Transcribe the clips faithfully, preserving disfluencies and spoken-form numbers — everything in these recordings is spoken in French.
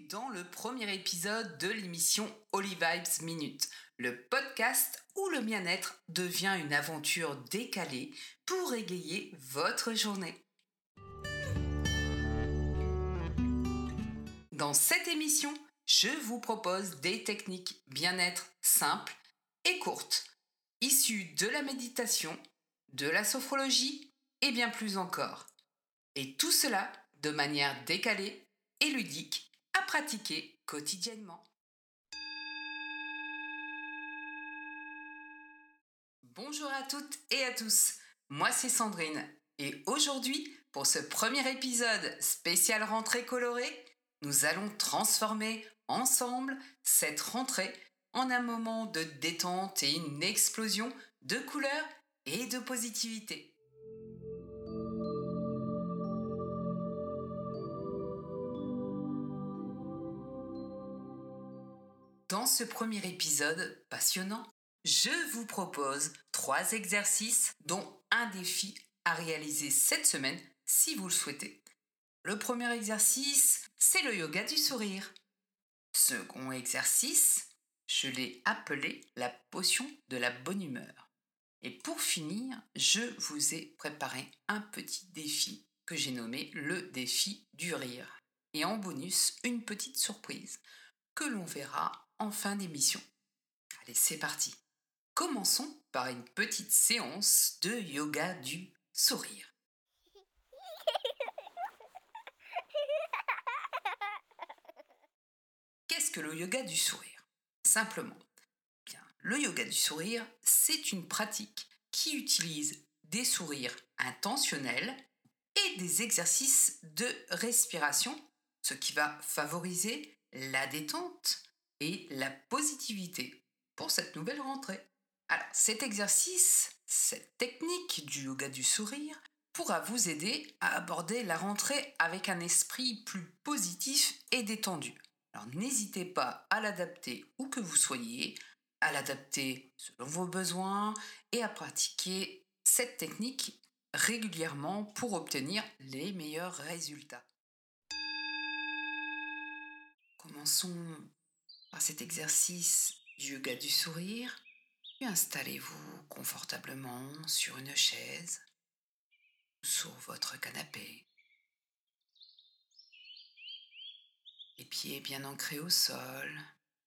dans le premier épisode de l'émission Holy Vibes Minute, le podcast où le bien-être devient une aventure décalée pour égayer votre journée. Dans cette émission, je vous propose des techniques bien-être simples et courtes, issues de la méditation, de la sophrologie et bien plus encore. Et tout cela de manière décalée et ludique à pratiquer quotidiennement. Bonjour à toutes et à tous, moi c'est Sandrine et aujourd'hui, pour ce premier épisode spécial rentrée colorée, nous allons transformer ensemble cette rentrée en un moment de détente et une explosion de couleurs et de positivité. Dans ce premier épisode passionnant, je vous propose trois exercices dont un défi à réaliser cette semaine si vous le souhaitez. Le premier exercice, c'est le yoga du sourire. Second exercice, je l'ai appelé la potion de la bonne humeur. Et pour finir, je vous ai préparé un petit défi que j'ai nommé le défi du rire. Et en bonus, une petite surprise que l'on verra en fin d'émission. Allez, c'est parti. Commençons par une petite séance de yoga du sourire. Qu'est-ce que le yoga du sourire ? Simplement, bien, le yoga du sourire, c'est une pratique qui utilise des sourires intentionnels et des exercices de respiration, ce qui va favoriser la détente et la positivité pour cette nouvelle rentrée. Alors, cet exercice, cette technique du yoga du sourire pourra vous aider à aborder la rentrée avec un esprit plus positif et détendu. Alors, n'hésitez pas à l'adapter où que vous soyez, à l'adapter selon vos besoins et à pratiquer cette technique régulièrement pour obtenir les meilleurs résultats. Commençons par cet exercice du yoga du sourire. Puis installez-vous confortablement sur une chaise ou sur votre canapé. Les pieds bien ancrés au sol.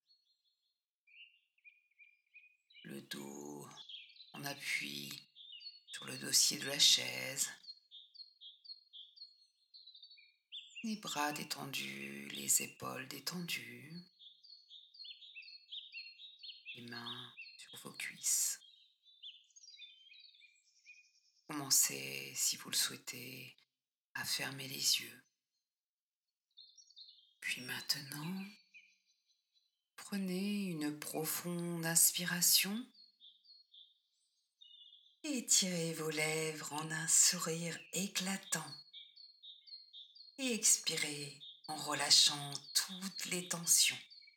Le dos en appui sur le dossier de la chaise. Les bras détendus, les épaules détendues. Les mains sur vos cuisses. Commencez, si vous le souhaitez, à fermer les yeux. Puis maintenant, prenez une profonde inspiration et étirez vos lèvres en un sourire éclatant. Et expirez en relâchant toutes les tensions.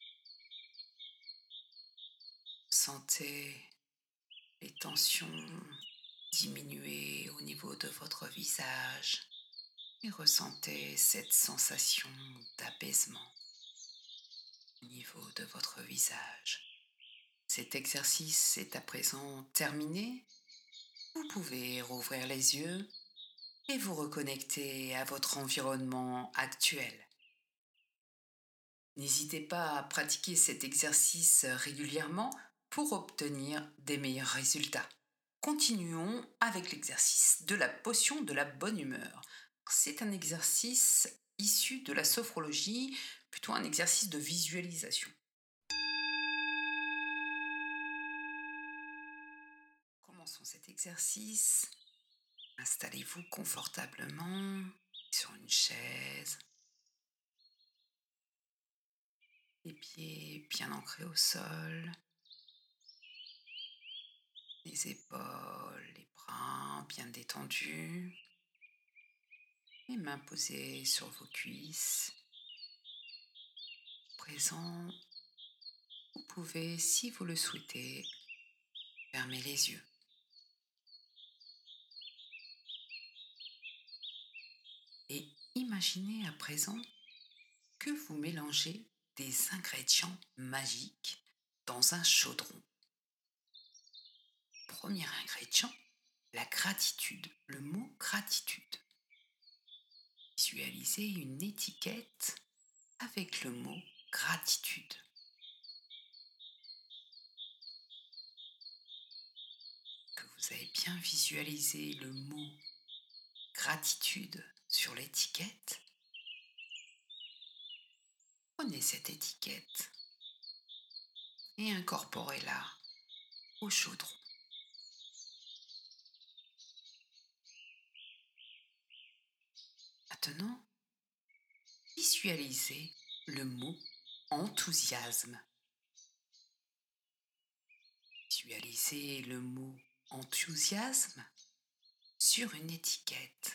Sentez les tensions diminuer au niveau de votre visage et ressentez cette sensation d'apaisement au niveau de votre visage. Cet exercice est à présent terminé. Vous pouvez rouvrir les yeux et vous reconnecter à votre environnement actuel. N'hésitez pas à pratiquer cet exercice régulièrement pour obtenir des meilleurs résultats. Continuons avec l'exercice de la potion de la bonne humeur. C'est un exercice issu de la sophrologie, plutôt un exercice de visualisation. Commençons cet exercice. Installez-vous confortablement sur une chaise. Les pieds bien ancrés au sol. Les épaules, les bras bien détendus. Les mains posées sur vos cuisses. Présent, vous pouvez, si vous le souhaitez, fermer les yeux. Et imaginez à présent que vous mélangez des ingrédients magiques dans un chaudron. Premier ingrédient, la gratitude, le mot gratitude. Visualisez une étiquette avec le mot gratitude. Que vous avez bien visualisé le mot gratitude sur l'étiquette, prenez cette étiquette et incorporez-la au chaudron. Maintenant, visualisez le mot enthousiasme. Visualisez le mot enthousiasme sur une étiquette.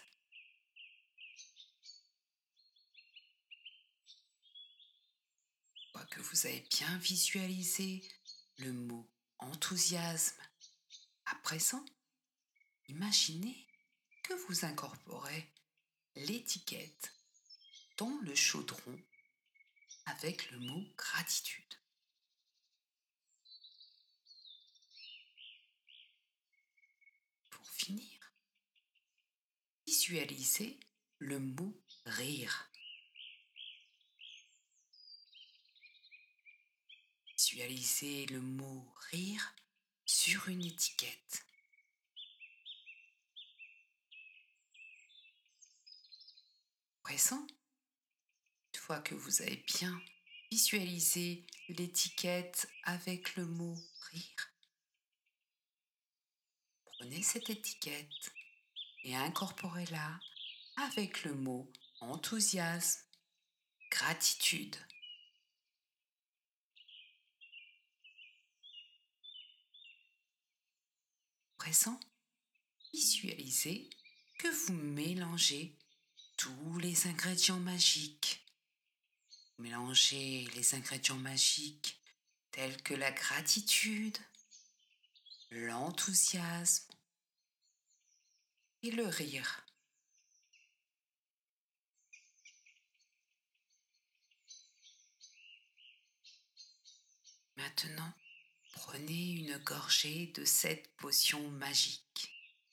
Une fois que vous avez bien visualisé le mot enthousiasme, à présent, imaginez que vous incorporez l'étiquette dans le chaudron avec le mot gratitude. Pour finir, visualisez le mot rire. Visualisez le mot rire sur une étiquette. À présent, une fois que vous avez bien visualisé l'étiquette avec le mot rire, prenez cette étiquette et incorporez-la avec le mot enthousiasme, gratitude. À présent, visualisez que vous mélangez tous les ingrédients magiques. Mélangez les ingrédients magiques tels que la gratitude, l'enthousiasme et le rire. Maintenant, prenez une gorgée de cette potion magique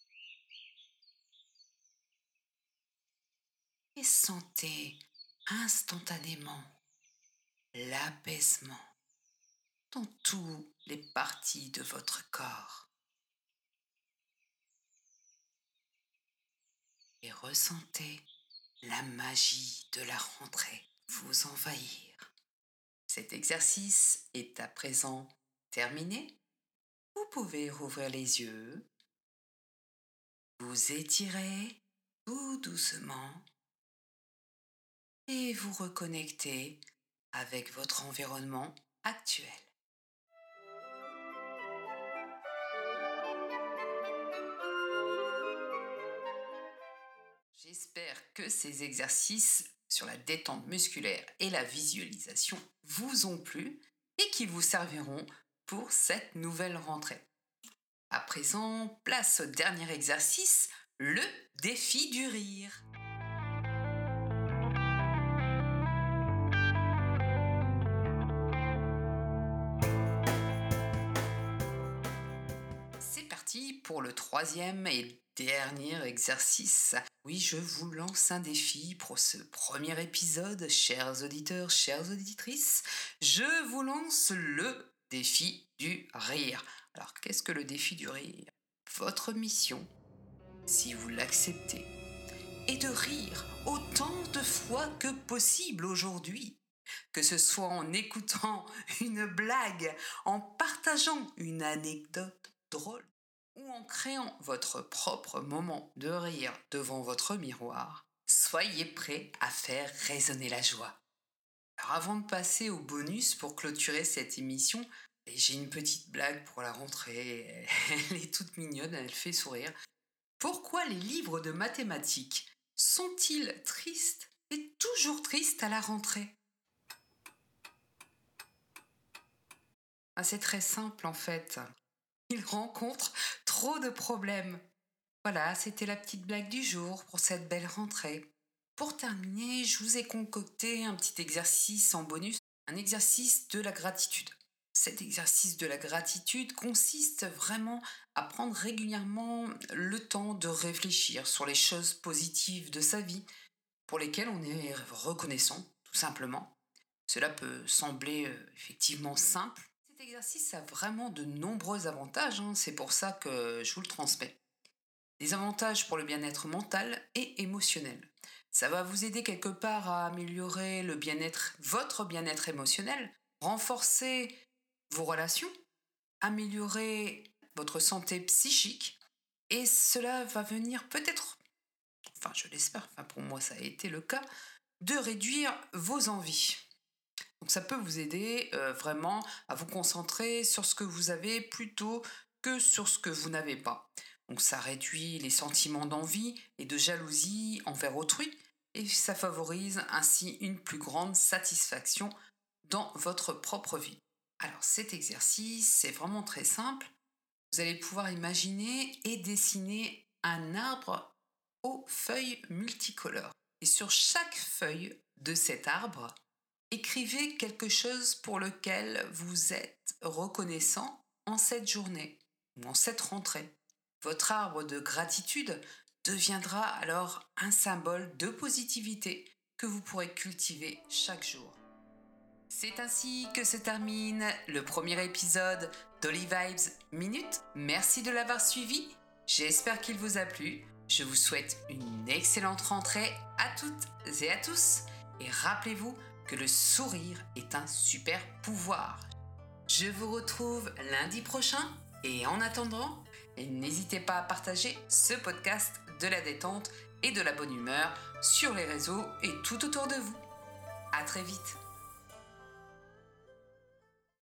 et sentez instantanément l'apaisement dans toutes les parties de votre corps. Et ressentez la magie de la rentrée vous envahir. Cet exercice est à présent terminé. Vous pouvez rouvrir les yeux, vous étirer tout doucement et vous reconnecter avec votre environnement actuel. J'espère que ces exercices sur la détente musculaire et la visualisation vous ont plu et qu'ils vous serviront pour cette nouvelle rentrée. À présent, place au dernier exercice, le défi du rire. C'est parti pour le troisième et dernier exercice. Oui, je vous lance un défi pour ce premier épisode, chers auditeurs, chères auditrices. Je vous lance le défi du rire. Alors, qu'est-ce que le défi du rire ? Votre mission, si vous l'acceptez, est de rire autant de fois que possible aujourd'hui. Que ce soit en écoutant une blague, en partageant une anecdote drôle, ou en créant votre propre moment de rire devant votre miroir, soyez prêts à faire résonner la joie. Alors avant de passer au bonus pour clôturer cette émission, j'ai une petite blague pour la rentrée, elle est toute mignonne, elle fait sourire. Pourquoi les livres de mathématiques sont-ils tristes et toujours tristes à la rentrée ? Ah, c'est très simple en fait. Ils rencontrent trop de problèmes. Voilà, c'était la petite blague du jour pour cette belle rentrée. Pour terminer, je vous ai concocté un petit exercice en bonus, un exercice de la gratitude. Cet exercice de la gratitude consiste vraiment à prendre régulièrement le temps de réfléchir sur les choses positives de sa vie pour lesquelles on est reconnaissant, tout simplement. Cela peut sembler euh, effectivement simple. Cet exercice a vraiment de nombreux avantages, hein, c'est pour ça que je vous le transmets. Des avantages pour le bien-être mental et émotionnel. Ça va vous aider quelque part à améliorer le bien-être, votre bien-être émotionnel, renforcer vos relations, améliorer votre santé psychique, et cela va venir peut-être, enfin je l'espère, enfin pour moi ça a été le cas, de réduire vos envies. Donc ça peut vous aider euh, vraiment à vous concentrer sur ce que vous avez plutôt que sur ce que vous n'avez pas. Donc ça réduit les sentiments d'envie et de jalousie envers autrui et ça favorise ainsi une plus grande satisfaction dans votre propre vie. Alors cet exercice, c'est vraiment très simple. Vous allez pouvoir imaginer et dessiner un arbre aux feuilles multicolores. Et sur chaque feuille de cet arbre, écrivez quelque chose pour lequel vous êtes reconnaissant en cette journée ou en cette rentrée. Votre arbre de gratitude deviendra alors un symbole de positivité que vous pourrez cultiver chaque jour. C'est ainsi que se termine le premier épisode d'Olive Vibes Minute. Merci de l'avoir suivi. J'espère qu'il vous a plu. Je vous souhaite une excellente rentrée à toutes et à tous. Et rappelez-vous que le sourire est un super pouvoir. Je vous retrouve lundi prochain. Et en attendant, n'hésitez pas à partager ce podcast de la détente et de la bonne humeur sur les réseaux et tout autour de vous. À très vite.